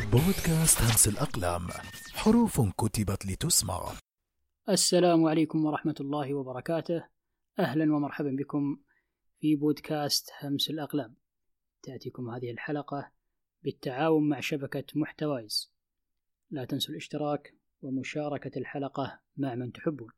بودكاست همس الأقلام، حروف كتبت لتسمع. السلام عليكم ورحمة الله وبركاته. أهلا ومرحبا بكم في بودكاست همس الأقلام. تأتيكم هذه الحلقة بالتعاون مع شبكة محتوايز. لا تنسوا الاشتراك ومشاركة الحلقة مع من تحبون.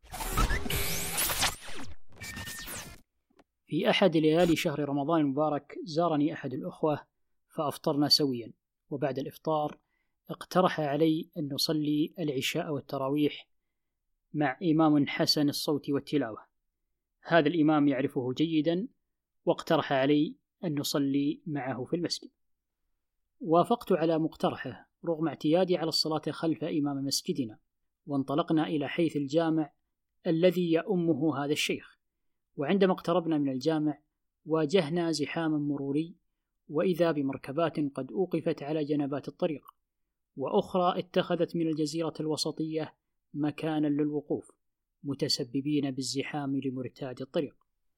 في أحد ليالي شهر رمضان المبارك زارني أحد الأخوة فأفطرنا سويا، وبعد الإفطار اقترح علي أن نصلي العشاء والتراويح مع إمام حسن الصوت والتلاوة. هذا الإمام يعرفه جيدا، واقترح علي أن نصلي معه في المسجد. وافقت على مقترحه رغم اعتيادي على الصلاة خلف إمام مسجدنا، وانطلقنا إلى حيث الجامع الذي يؤمه هذا الشيخ. وعندما اقتربنا من الجامع واجهنا زحاما مروري، وإذا بمركبات قد أوقفت على جنبات الطريق، وأخرى اتخذت من الجزيرة الوسطية مكانا للوقوف، متسببين بالزحام لمرتاد الطريق.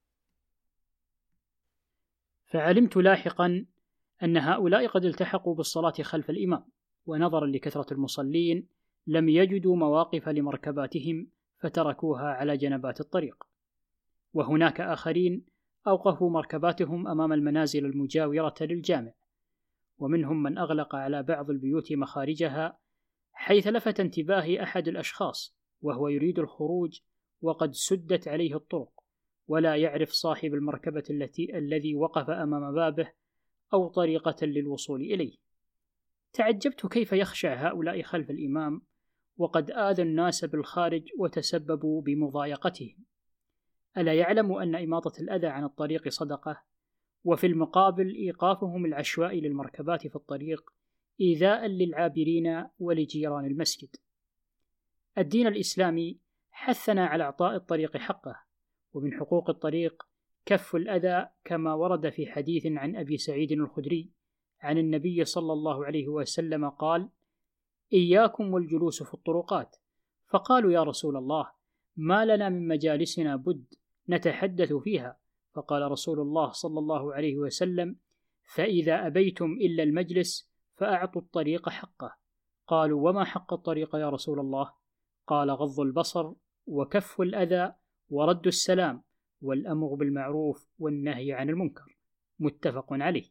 فعلمت لاحقا أن هؤلاء قد التحقوا بالصلاة خلف الإمام، ونظرا لكثرة المصلين لم يجدوا مواقف لمركباتهم فتركوها على جنبات الطريق. وهناك آخرين أوقفوا مركباتهم أمام المنازل المجاورة للجامع، ومنهم من أغلق على بعض البيوت مخارجها، حيث لفت انتباهي أحد الأشخاص وهو يريد الخروج وقد سدت عليه الطرق، ولا يعرف صاحب المركبة الذي وقف أمام بابه أو طريقة للوصول إليه. تعجبت كيف يخشع هؤلاء خلف الإمام وقد آذوا الناس بالخارج وتسببوا بمضايقتهم. ألا يعلم أن إماطة الأذى عن الطريق صدقة، وفي المقابل إيقافهم العشوائي للمركبات في الطريق إيذاء للعابرين ولجيران المسجد؟ الدين الإسلامي حثنا على إعطاء الطريق حقه، ومن حقوق الطريق كف الأذى، كما ورد في حديث عن أبي سعيد الخدري عن النبي صلى الله عليه وسلم قال: إياكم والجلوس في الطرقات. فقالوا: يا رسول الله، ما لنا من مجالسنا بد نتحدث فيها. فقال رسول الله صلى الله عليه وسلم: فإذا أبيتم إلا المجلس فأعطوا الطريق حقه. قالوا: وما حق الطريق يا رسول الله؟ قال: غض البصر، وكف الأذى، ورد السلام، والأمر بالمعروف والنهي عن المنكر. متفق عليه.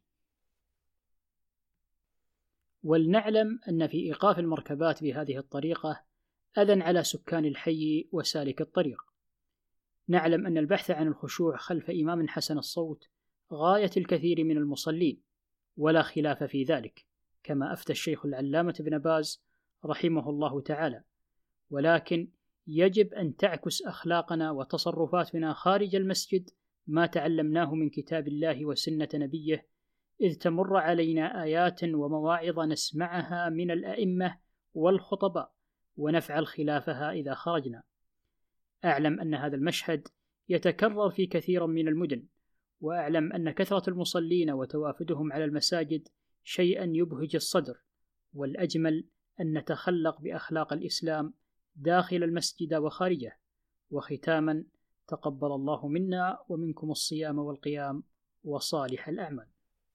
ولنعلم أن في إيقاف المركبات بهذه الطريقة أذى على سكان الحي وسالك الطريق. نعلم أن البحث عن الخشوع خلف إمام حسن الصوت غاية الكثير من المصلين، ولا خلاف في ذلك، كما أفتى الشيخ العلامة ابن باز رحمه الله تعالى. ولكن يجب أن تعكس أخلاقنا وتصرفاتنا خارج المسجد ما تعلمناه من كتاب الله وسنة نبيه، إذ تمر علينا آيات ومواعظ نسمعها من الأئمة والخطباء ونفعل خلافها إذا خرجنا. أعلم أن هذا المشهد يتكرر في كثير من المدن، وأعلم أن كثرة المصلين وتوافدهم على المساجد شيئا يبهج الصدر، والأجمل أن نتخلق بأخلاق الإسلام داخل المسجد وخارجه. وختاما، تقبل الله منا ومنكم الصيام والقيام وصالح الأعمال.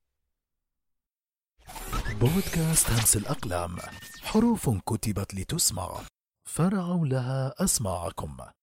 بودكاست همس الأقلام، حروف كتبت لتسمع، فرعوا لها أسماعكم.